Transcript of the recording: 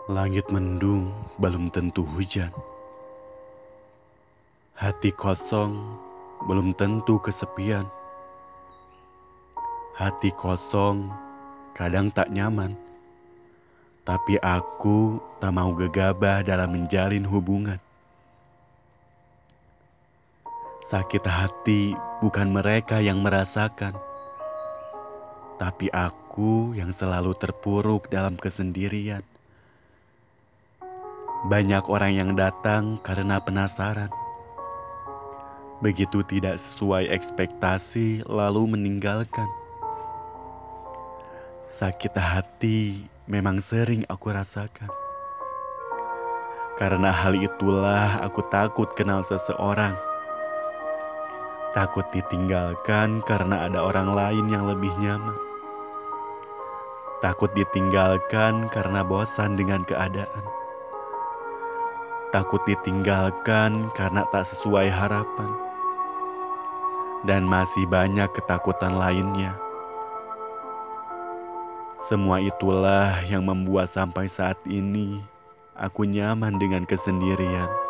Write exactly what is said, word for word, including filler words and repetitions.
Langit mendung belum tentu hujan. Hati kosong belum tentu kesepian. Hati kosong kadang tak nyaman. Tapi aku tak mau gegabah dalam menjalin hubungan. Sakit hati bukan mereka yang merasakan, tapi aku yang selalu terpuruk dalam kesendirian. Banyak orang yang datang karena penasaran. Begitu tidak sesuai ekspektasi lalu meninggalkan. Sakit hati memang sering aku rasakan. Karena hal itulah aku takut kenal seseorang. Takut ditinggalkan karena ada orang lain yang lebih nyaman. Takut ditinggalkan karena bosan dengan keadaan. Takut ditinggalkan karena tak sesuai harapan. Dan masih banyak ketakutan lainnya. Semua itulah yang membuat sampai saat ini aku nyaman dengan kesendirian.